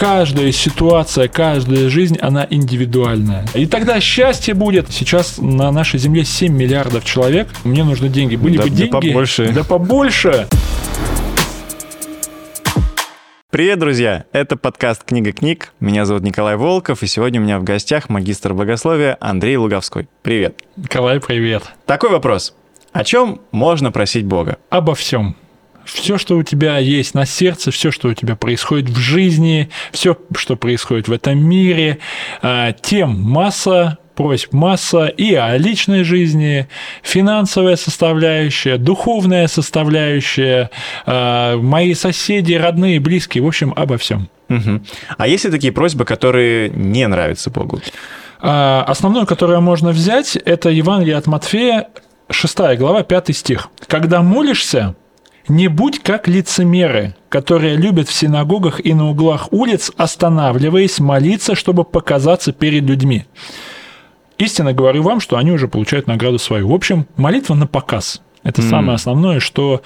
каждая ситуация, каждая жизнь, она индивидуальная. И тогда счастье будет. Сейчас на нашей земле 7 миллиардов человек. Мне нужны деньги. Были бы деньги... Да побольше. Привет, друзья! Это подкаст «Книга книг». Меня зовут Николай Волков, и сегодня у меня в гостях магистр богословия Андрей Луговской. Привет. Николай, привет. Такой вопрос. О чем можно просить Бога? Обо всем. Все, что у тебя есть на сердце, все, что у тебя происходит в жизни, все, что происходит в этом мире, тем масса, просьб масса и о личной жизни, финансовая составляющая, духовная составляющая, мои соседи, родные, близкие, в общем, обо всем. Угу. А есть ли такие просьбы, которые не нравятся Богу? Основное, которое можно взять, это Евангелие от Матфея, 6 глава, 5 стих. «Когда молишься, не будь как лицемеры, которые любят в синагогах и на углах улиц, останавливаясь, молиться, чтобы показаться перед людьми. Истинно говорю вам, что они уже получают награду свою». В общем, молитва на показ. Это самое основное, что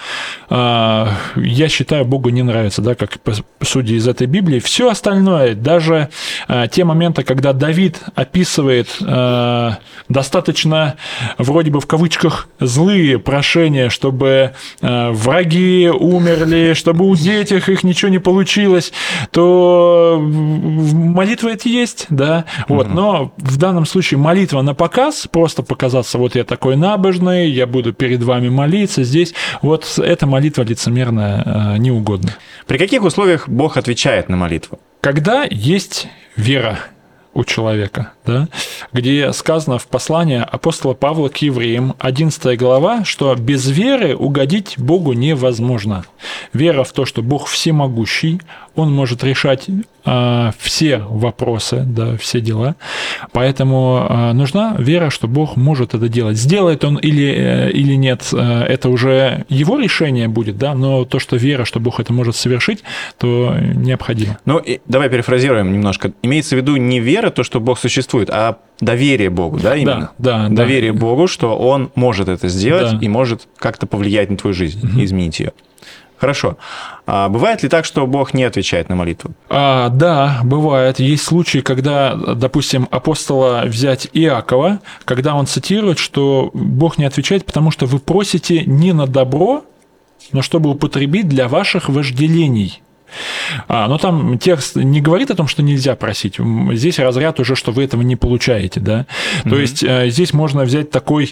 я считаю, Богу не нравится, да, как судя из этой Библии. Все остальное, даже те моменты, когда Давид описывает достаточно, вроде бы в кавычках, злые прошения, чтобы враги умерли, чтобы у детях их ничего не получилось, то молитва это есть, да. Вот. Но в данном случае молитва на показ, просто показаться, вот я такой набожный, я буду перед вами молиться здесь, вот эта молитва лицемерная, неугодна. При каких условиях Бог отвечает на молитву? Когда есть вера у человека, да, где сказано в послании апостола Павла к евреям, 11 глава, что без веры угодить Богу невозможно. Вера в то, что Бог всемогущий, Он может решать все вопросы, да, все дела, поэтому нужна вера, что Бог может это делать. Сделает Он или нет, это уже Его решение будет, да, но то, что вера, что Бог это может совершить, то необходимо. Ну, давай перефразируем немножко. Имеется в виду не вера, то, что Бог существует, а доверие Богу, да, именно? Да. Доверие Богу, что Он может это сделать и может как-то повлиять на твою жизнь, изменить ее. Хорошо. А бывает ли так, что Бог не отвечает на молитву? Да, бывает. Есть случаи, когда, допустим, апостола взять Иакова, когда он цитирует, что Бог не отвечает, потому что вы просите не на добро, но чтобы употребить для ваших вожделений. Но там текст не говорит о том, что нельзя просить. Здесь разряд уже, что вы этого не получаете, да. То есть здесь можно взять такой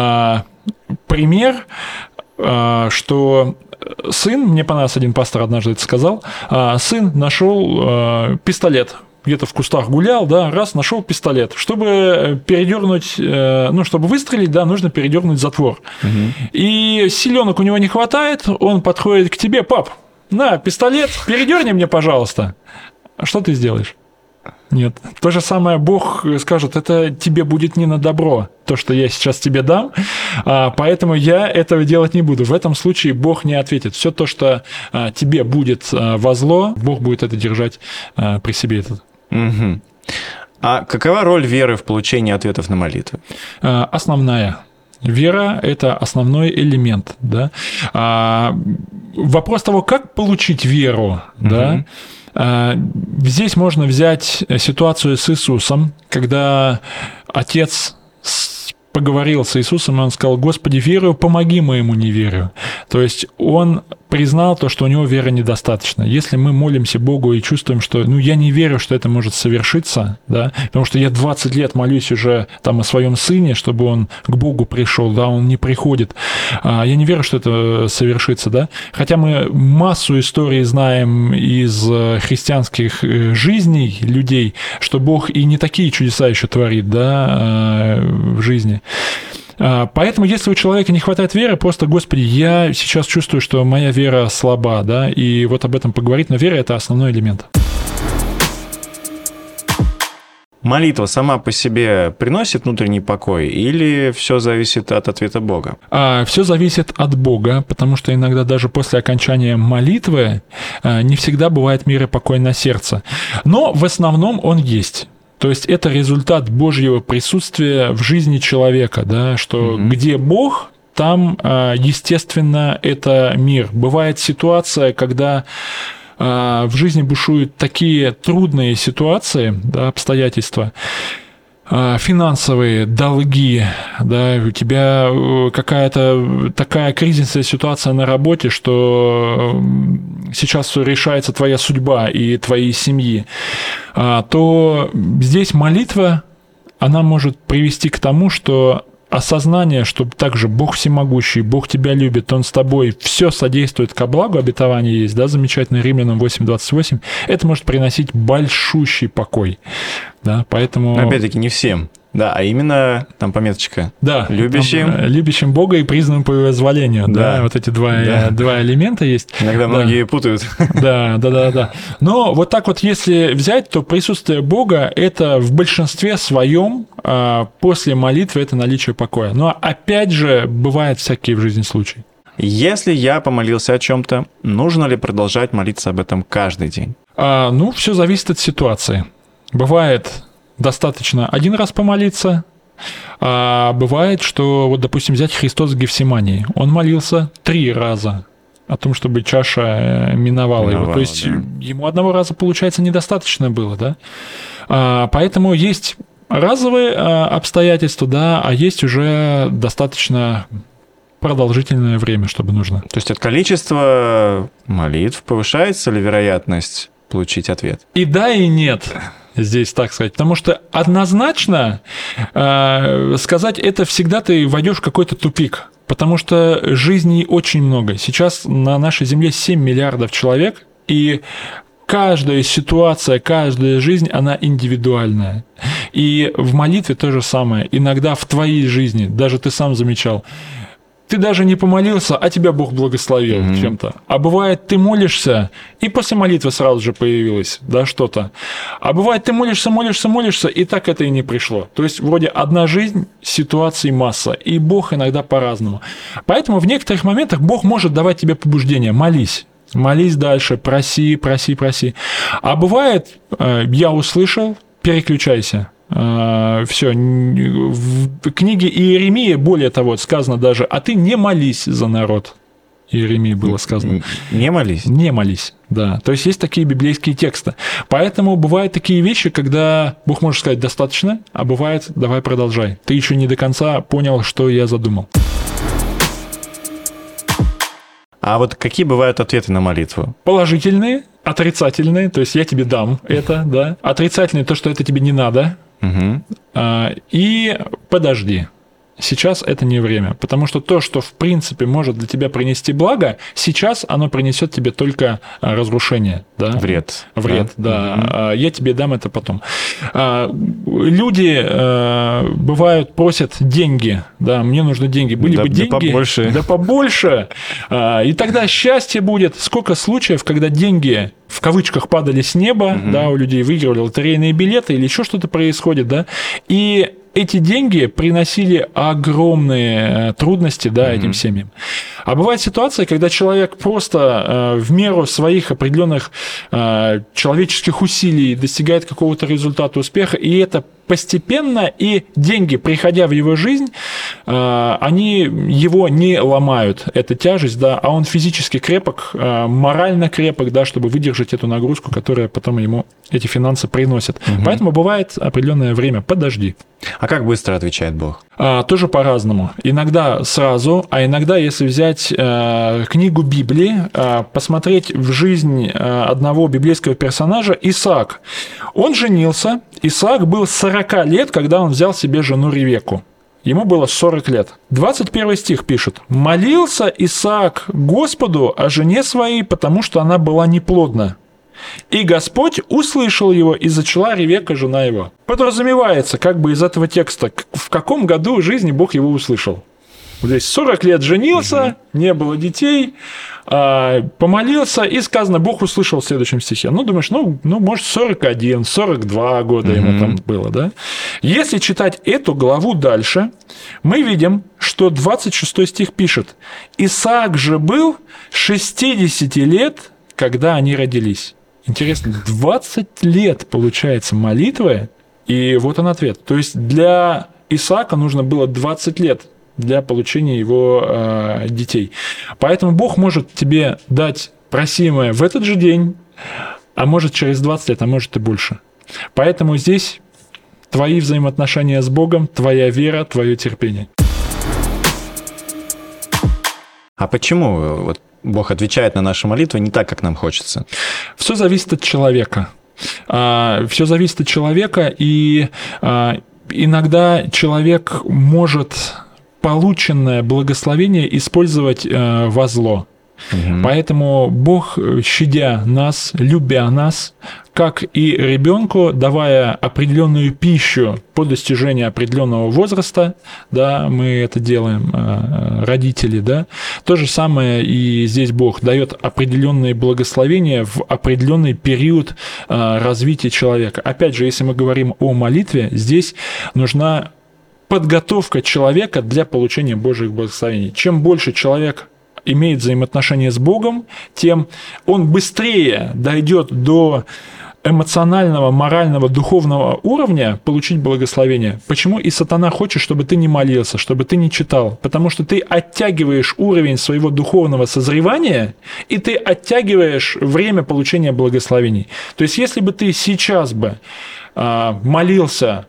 пример, что сын, мне понравился один пастор однажды это сказал, сын нашел пистолет. Где-то в кустах гулял, да, раз нашел пистолет. Чтобы передернуть, чтобы выстрелить, да, нужно передернуть затвор. И силёнок у него не хватает, он подходит к тебе: пап, на, пистолет, передерни мне, пожалуйста. А что ты сделаешь? Нет. То же самое Бог скажет: это тебе будет не на добро, то, что я сейчас тебе дам, поэтому я этого делать не буду. В этом случае Бог не ответит. Все то, что тебе будет во зло, Бог будет это держать при себе. Угу. А какова роль веры в получении ответов на молитвы? Основная. Вера – это основной элемент. Да? Вопрос того, как получить веру, да? Здесь можно взять ситуацию с Иисусом, когда Отец поговорил с Иисусом, и он сказал: «Господи, верую, помоги моему неверию». То есть он признал то, что у него веры недостаточно. Если мы молимся Богу и чувствуем, что я не верю, что это может совершиться, да, потому что я 20 лет молюсь уже там о своем сыне, чтобы он к Богу пришел, да, он не приходит. Я не верю, что это совершится, да. Хотя мы массу историй знаем из христианских жизней людей, что Бог и не такие чудеса еще творит, да, в жизни. Поэтому, если у человека не хватает веры, просто: Господи, я сейчас чувствую, что моя вера слаба, да, и вот об этом поговорить, но вера – это основной элемент. Молитва сама по себе приносит внутренний покой или все зависит от ответа Бога? Все зависит от Бога, потому что иногда даже после окончания молитвы не всегда бывает мир и покой на сердце. Но в основном он есть. То есть это результат Божьего присутствия в жизни человека, да, что где Бог, там, естественно, это мир. Бывает ситуация, когда в жизни бушуют такие трудные ситуации, да, обстоятельства, финансовые, долги, да, у тебя какая-то такая кризисная ситуация на работе, что сейчас решается твоя судьба и твоей семьи, то здесь молитва, она может привести к тому, что осознание, что также Бог всемогущий, Бог тебя любит, Он с тобой, все содействует ко благу, обетование есть, да, замечательно, Римлянам 8:28, это может приносить большущий покой, да, поэтому... Но опять-таки не всем, да, а именно, там пометочка, да, любящим Бога и признанным по его изволению, да, вот эти два элемента есть. Иногда многие путают. Да. Но вот так вот, если взять, то присутствие Бога – это в большинстве своем после молитвы это наличие покоя. Но опять же, бывают всякие в жизни случаи. Если я помолился о чем-то, нужно ли продолжать молиться об этом каждый день? Ну, все зависит от ситуации. Бывает достаточно один раз помолиться, а бывает, что, вот, допустим, взять Христос в Гефсимании. Он молился 3 раза о том, чтобы чаша миновала его. То есть ему одного раза, получается, недостаточно было, да? Поэтому есть разовые обстоятельства, да, а есть уже достаточно продолжительное время, чтобы нужно. То есть от количества молитв повышается ли вероятность получить ответ? И да, и нет. Здесь, так сказать, потому что однозначно сказать это всегда ты войдешь в какой-то тупик, потому что жизней очень много. Сейчас на нашей Земле 7 миллиардов человек, и каждая ситуация, каждая жизнь, она индивидуальная. И в молитве то же самое. Иногда в твоей жизни, даже ты сам замечал, ты даже не помолился, а тебя Бог благословил чем-то. А бывает, ты молишься, и после молитвы сразу же появилось, да, что-то. А бывает, ты молишься, и так это и не пришло. То есть, вроде одна жизнь, ситуаций масса, и Бог иногда по-разному. Поэтому в некоторых моментах Бог может давать тебе побуждение: молись. Молись дальше, проси. А бывает, я услышал, переключайся. Все, в книге Иеремии, более того, сказано даже: а ты не молись за народ. Иеремии было сказано. Не молись? Не молись, да. То есть есть такие библейские тексты. Поэтому бывают такие вещи, когда Бог может сказать: достаточно, а бывает: давай продолжай. Ты еще не до конца понял, что я задумал. А вот какие бывают ответы на молитву? Положительные, отрицательные, то есть я тебе дам это, да. Отрицательные, то, что это тебе не надо. И подожди. Сейчас это не время, потому что то, что в принципе может для тебя принести благо, сейчас оно принесет тебе только разрушение, да? Вред, да. Я тебе дам это потом. Люди бывают просят деньги, да, мне нужны деньги, были бы деньги, да побольше, и тогда счастье будет. Сколько случаев, когда деньги в кавычках падали с неба, да, у людей выигрывали лотерейные билеты или еще что-то происходит, да, и эти деньги приносили огромные трудности, да, этим семьям. А бывает ситуация, когда человек просто в меру своих определенных человеческих усилий достигает какого-то результата, успеха, и это постепенно, и деньги, приходя в его жизнь, они его не ломают, эта тяжесть, да, а он физически крепок, морально крепок, да, чтобы выдержать эту нагрузку, которая потом ему эти финансы приносят. Поэтому бывает определенное время: подожди. А как быстро отвечает Бог? Тоже по-разному. Иногда сразу, а иногда, если взять книгу Библии, посмотреть в жизнь одного библейского персонажа, Исаак. Он женился. Исаак был 40 лет, когда он взял себе жену Ревекку. Ему было 40 лет. 21 стих пишет: «Молился Исаак Господу о жене своей, потому что она была неплодна. И Господь услышал его, и зачала Ревекка, жена его». Подразумевается, как бы из этого текста, в каком году жизни Бог его услышал. Вот здесь 40 лет женился, не было детей, помолился, и сказано, Бог услышал в следующем стихе. Ну, думаешь, может, 41, 42 года ему там было, да? Если читать эту главу дальше, мы видим, что 26 стих пишет: «Исаак же был 60 лет, когда они родились». Интересно, 20 лет, получается, молитвы, и вот он ответ. То есть для Исаака нужно было 20 лет для получения его детей. Поэтому Бог может тебе дать просимое в этот же день, а может через 20 лет, а может и больше. Поэтому здесь твои взаимоотношения с Богом, твоя вера, твое терпение. А почему вот Бог отвечает на наши молитвы не так, как нам хочется? Все зависит от человека. Все зависит от человека, и иногда человек может полученное благословение использовать во зло. Угу. Поэтому Бог, щадя нас, любя нас, как и ребенку, давая определенную пищу по достижению определенного возраста, да, мы это делаем, родители, да, то же самое и здесь Бог дает определенные благословения в определенный период развития человека. Опять же, если мы говорим о молитве, здесь нужна подготовка человека для получения Божьих благословений. Чем больше человек имеет взаимоотношения с Богом, тем он быстрее дойдет до эмоционального, морального, духовного уровня получить благословение. Почему и сатана хочет, чтобы ты не молился, чтобы ты не читал? Потому что ты оттягиваешь уровень своего духовного созревания, и ты оттягиваешь время получения благословений. То есть, если бы ты сейчас бы молился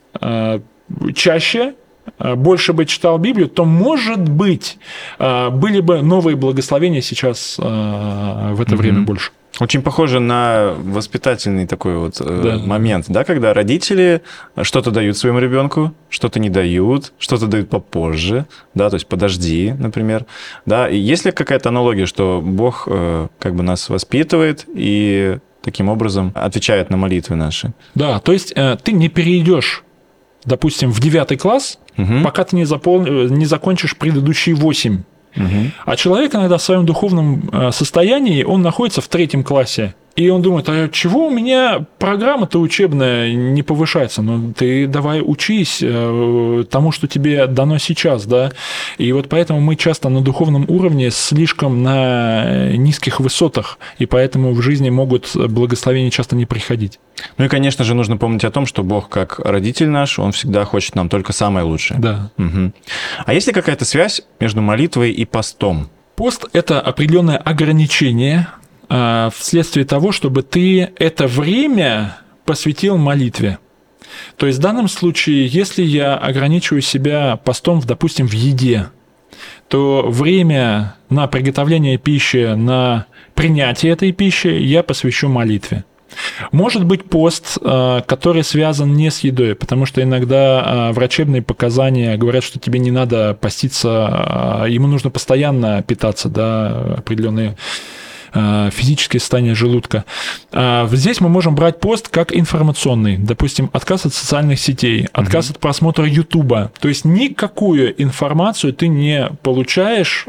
чаще, больше бы читал Библию, то, может быть, были бы новые благословения сейчас в это время больше. Очень похоже на воспитательный такой вот момент, да, когда родители что-то дают своему ребенку, что-то не дают, что-то дают попозже, да, то есть подожди, например, да. И есть ли какая-то аналогия, что Бог как бы нас воспитывает и таким образом отвечает на молитвы наши? Да, то есть ты не перейдешь, допустим, в 9 класс, пока ты не закончишь предыдущие 8. А человек иногда в своем духовном состоянии, он находится в 3 классе, и он думает, а чего у меня программа-то учебная не повышается? Ну, ты давай учись тому, что тебе дано сейчас, да? И вот поэтому мы часто на духовном уровне слишком на низких высотах, и поэтому в жизни могут благословения часто не приходить. Ну и, конечно же, нужно помнить о том, что Бог, как родитель наш, Он всегда хочет нам только самое лучшее. Да. Угу. А есть ли какая-то связь между молитвой и постом? Пост – это определенное ограничение вследствие того, чтобы ты это время посвятил молитве. То есть в данном случае, если я ограничиваю себя постом, допустим, в еде, то время на приготовление пищи, на принятие этой пищи я посвящу молитве. Может быть пост, который связан не с едой, потому что иногда врачебные показания говорят, что тебе не надо поститься, ему нужно постоянно питаться, да, определенные физическое состояние желудка. Здесь мы можем брать пост как информационный. Допустим, отказ от социальных сетей, отказ от просмотра Ютуба. То есть никакую информацию ты не получаешь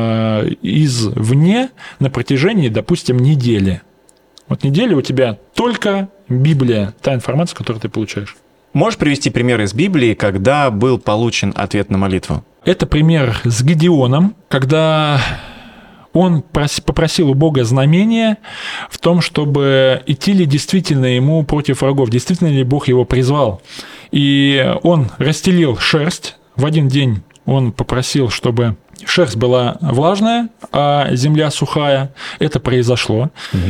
извне на протяжении, допустим, недели. Вот неделя у тебя только Библия, та информация, которую ты получаешь. Можешь привести пример из Библии, когда был получен ответ на молитву? Это пример с Гедеоном, когда он попросил у Бога знамения в том, чтобы идти ли действительно ему против врагов, действительно ли Бог его призвал. И он расстелил шерсть. В один день он попросил, чтобы шерсть была влажная, а земля сухая. Это произошло.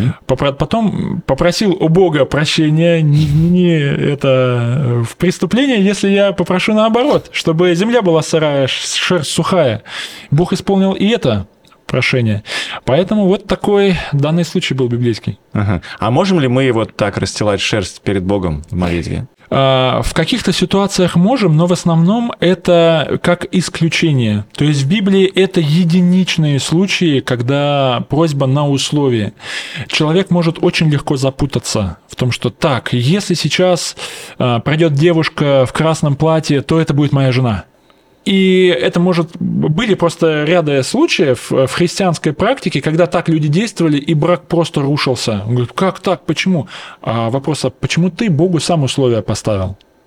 Потом попросил у Бога прощения, не это в преступление, если я попрошу наоборот, чтобы земля была сырая, шерсть сухая. Бог исполнил и это прошение. Поэтому вот такой данный случай был библейский. А можем ли мы вот так расстилать шерсть перед Богом в молитве? В каких-то ситуациях можем, но в основном это как исключение. То есть в Библии это единичные случаи, когда просьба на условие. Человек может очень легко запутаться в том, что так, если сейчас пройдет девушка в красном платье, то это будет моя жена. И это были просто ряды случаев в христианской практике, когда так люди действовали, и брак просто рушился. Он говорит, как так, почему? А вопрос, а почему ты Богу сам условия поставил?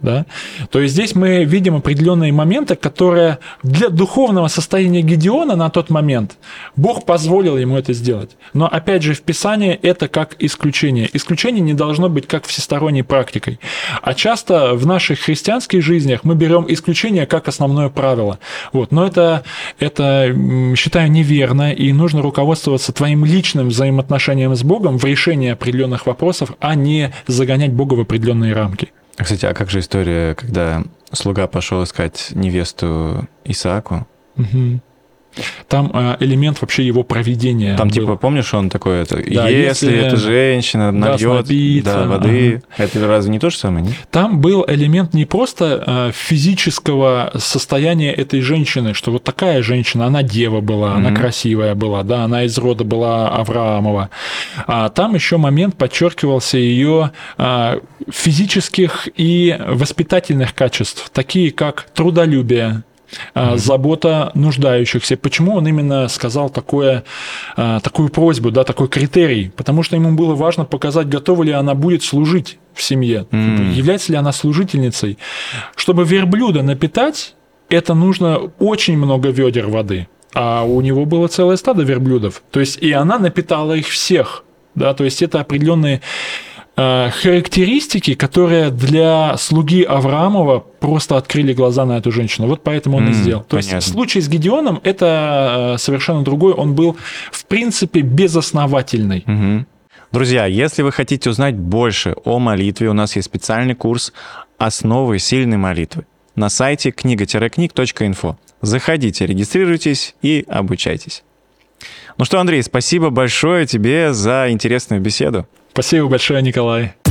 Да? То есть здесь мы видим определенные моменты, которые для духовного состояния Гедеона на тот момент Бог позволил ему это сделать. Но опять же в Писании это как исключение. Исключение не должно быть как всесторонней практикой. А часто в наших христианских жизнях мы берем исключение как основное правило. Вот. Но это считаю неверно, и нужно руководствоваться твоим личным взаимоотношением с Богом в решении определенных вопросов, а не загонять Бога в определенные рамки. Кстати, а как же история, когда слуга пошел искать невесту Исааку? Угу. Там элемент вообще его провидения. Там, был. типа, помнишь, он такой, да, если эта женщина нальет воды, это разве не то же самое, нет? Там был элемент не просто физического состояния этой женщины, что вот такая женщина, она дева была, она красивая была, да, она из рода была Авраамова. А там еще момент подчеркивался ее физических и воспитательных качеств, такие как трудолюбие, забота нуждающихся. Почему он именно сказал такую просьбу, да, такой критерий? Потому что ему было важно показать, готова ли она будет служить в семье, является ли она служительницей. Чтобы верблюда напитать, это нужно очень много ведер воды. А у него было целое стадо верблюдов. То есть и она напитала их всех. Да? То есть это определенные характеристики, которые для слуги Авраамова просто открыли глаза на эту женщину. Вот поэтому он и сделал. То есть случай с Гедеоном – это совершенно другой. Он был, в принципе, безосновательный. Друзья, если вы хотите узнать больше о молитве, у нас есть специальный курс «Основы сильной молитвы» на сайте книга-книг.инфо. Заходите, регистрируйтесь и обучайтесь. Ну что, Андрей, спасибо большое тебе за интересную беседу. Спасибо большое, Николай.